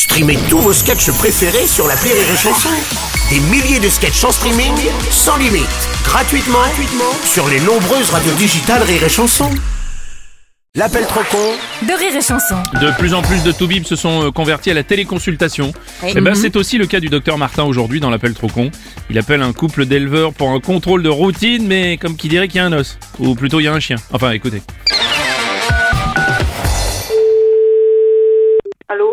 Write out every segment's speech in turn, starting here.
Streamez tous vos sketchs préférés sur l'appli Rire et Chanson. Des milliers de sketchs en streaming, sans limite, gratuitement sur les nombreuses radios digitales Rire et Chanson. L'appel trop con de Rire et Chanson. De plus en plus de toubibs se sont convertis à la téléconsultation. C'est aussi le cas du docteur Martin aujourd'hui dans l'appel trop con. Il appelle un couple d'éleveurs pour un contrôle de routine, mais comme qui dirait qu'il y a un os. Ou plutôt il y a un chien. Enfin, écoutez. Allô ?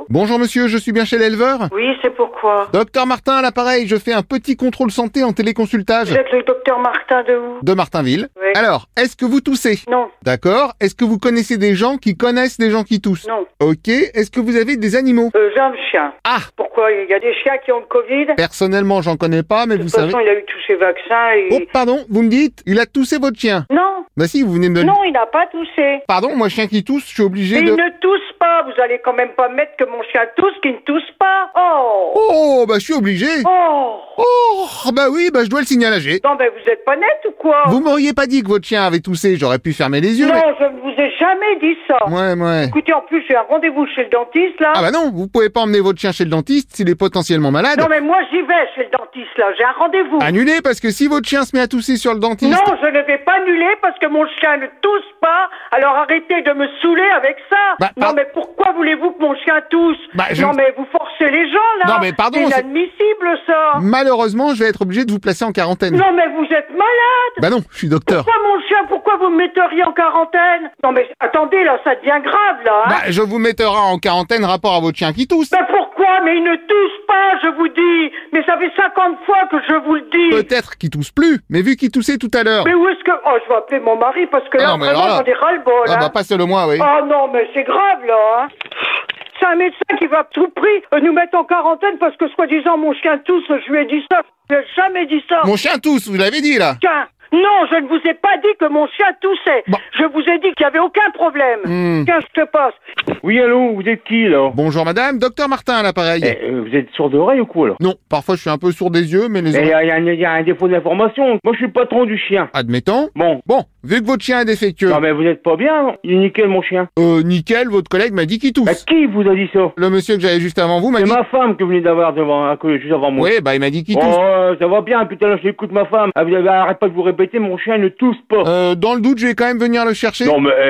Bonjour monsieur, je suis bien chez l'éleveur ? Oui, c'est pourquoi ? Docteur Martin à l'appareil, je fais un petit contrôle santé en téléconsultage. Vous êtes le docteur Martin de où ? De Martinville. Oui. Alors, est-ce que vous toussez ? Non. D'accord. Est-ce que vous connaissez des gens qui connaissent des gens qui toussent ? Non. Ok. Est-ce que vous avez des animaux ? J'ai un chien. Ah ! Pourquoi ? Il y a des chiens qui ont le Covid ? Personnellement, j'en connais pas, mais De vous toute façon, savez... il a eu tous ses vaccins et... Oh, pardon, vous me dites, il a toussé votre chien ? Non, Bah si, vous venez de me... non, il n'a pas toussé. Pardon, moi chien qui tousse, je suis obligé Mais de... il ne tousse pas. Vous allez quand même pas mettre que mon chien tousse qui ne tousse pas. Oh ! Oh, bah je suis obligé. Oh ! Oh, bah oui, bah je dois le signaler. Non, mais vous êtes pas net ou quoi ? Vous m'auriez pas dit que votre chien avait toussé, j'aurais pu fermer les yeux. Non, mais- je ne vous ai jamais dit ça. Ouais. Écoutez, en plus, j'ai un rendez-vous chez le dentiste, là. Ah bah non, vous pouvez pas emmener votre chien chez le dentiste s'il est potentiellement malade. Non, mais moi, j'y vais chez le dentiste, là. J'ai un rendez-vous. Annulez, parce que si votre chien se met à tousser sur le dentiste... Non, je ne vais pas annuler parce que mon chien ne tousse pas. Alors arrêtez de me saouler avec ça. Bah, non, mais pourquoi voulez-vous que mon chien tousse ? Bah, je- Non, mais vous forcez les gens, là. Non, mais pardon, C'est c'est- inadmissible, ça. Malheureusement, je vais être obligé de vous placer en quarantaine. Non, mais vous êtes malade. Bah non, je suis docteur. Pourquoi mon chien ? Pourquoi vous me metteriez en quarantaine ? Non, mais attendez, là, ça devient grave, là. Hein. Bah, je vous mettrai en quarantaine rapport à votre chien qui tousse. Mais pourquoi ? Mais il ne tousse pas, je vous dis. Mais ça fait 50 fois que je vous le dis. Peut-être qu'il tousse plus, mais vu qu'il toussait tout à l'heure... Mais où est-ce que... Oh, je vais appeler mon mari parce que là, non, mais vraiment, alors là- j'en ai ras-le-bol. Ah hein. bah passez-le moi, oui. Oh non, mais c'est grave, là, hein. C'est un médecin qui va à tout prix nous mettre en quarantaine parce que, soi-disant, mon chien tousse. Je lui ai dit ça. Je lui ai jamais dit ça. Mon chien tousse, vous l'avez dit là. Tiens, non, je ne vous ai pas dit que mon chien toussait. Bon. Je vous ai dit qu'il n'y avait aucun problème. Qu'est-ce que je te passe ? Oui, allô, vous êtes qui, là? Bonjour madame, docteur Martin à l'appareil. Vous êtes sourd d'oreille ou quoi, là? Non, parfois je suis un peu sourd des yeux, mais les Il autres... y a un défaut d'information. Moi, je suis le patron du chien. Admettons. Bon. Bon, vu que votre chien est défectueux, Non, mais vous êtes pas bien. Il est nickel, mon chien. nickel, votre collègue m'a dit qu'il tousse. Bah, qui vous a dit ça? Le monsieur que j'avais juste avant vous m'a C'est dit... ma femme que vous venez d'avoir juste avant moi. Oui, bah il m'a dit qu'il tousse. Oh, ça va bien, putain, là, j'écoute ma femme. Arrête pas de vous répéter, mon chien ne tousse pas. Dans le doute, je vais quand même venir le chercher. Non, mais,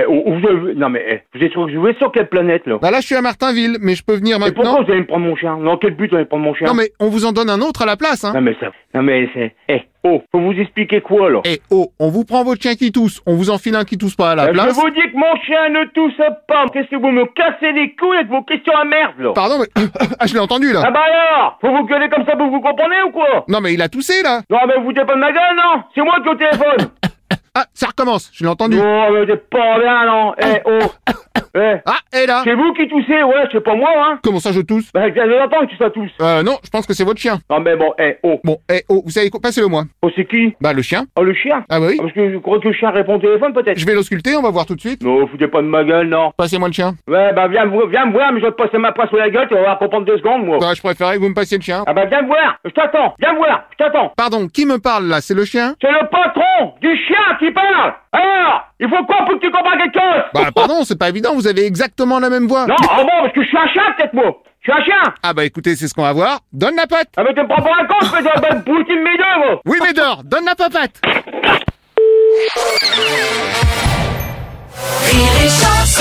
vous êtes sur quelle planète, là? Bah là, je suis à Martinville, mais je peux venir Et maintenant. pourquoi vous allez me prendre mon chien? Dans quel but vous allez me prendre mon chien? Non mais on vous en donne un autre à la place, hein. Non, mais c'est... faut vous expliquer quoi, là? Eh oh, on vous prend votre chien qui tousse, on vous enfile un qui tousse pas à la Je place. vous dis que mon chien ne tousse pas. Qu'est-ce que vous me cassez les couilles avec vos questions à merde, là? Pardon, mais... ah, je l'ai entendu, là. Ah bah alors, faut vous gueuler comme ça pour que vous comprenez ou quoi? Non mais il a toussé, là. Non mais vous foutez pas de ma gueule, non? C'est moi qui ai au téléphone. Ah, ça recommence, je l'ai entendu. Non mais c'est pas bien, non. Ah, et là. C'est vous qui toussez, ouais, c'est pas moi, hein. Comment ça, je tousse? Bah j'entends que ça tousse. Non, je pense que c'est votre chien. Non mais bon, Bon, vous savez quoi, passez-le moi. c'est qui? Bah, le chien. Oh, le chien? Ah bah oui. Parce que je crois que le chien répond au téléphone, peut-être. Je vais l'ausculter, on va voir tout de suite. Non, foutez pas de ma gueule, non. Passez-moi le chien. Ouais, bah viens me voir, mais je vais te passer ma poisse sur la gueule, tu vas voir pour prendre 2 secondes, moi. Bah, je préférais que vous me passiez le chien. Ah bah viens me voir, je t'attends, viens me voir, je t'attends. Pardon, qui me parle, là? C'est le chien? C'est le patron du chien qui parle. Alors, il faut quoi pour que tu comprennes quelque chose? Bah, pardon, c'est pas évident, vous avez exactement la même voix. Non, ah bon, parce que je suis un chien, peut-être, moi. Je suis un chien. Ah bah écoutez, c'est ce qu'on va voir. Donne la patte. Ah mais tu me prends pour un con, je fais de la bonne poutine mes deux, moi. Oui, Médor, donne la papate. Rire et Chanson.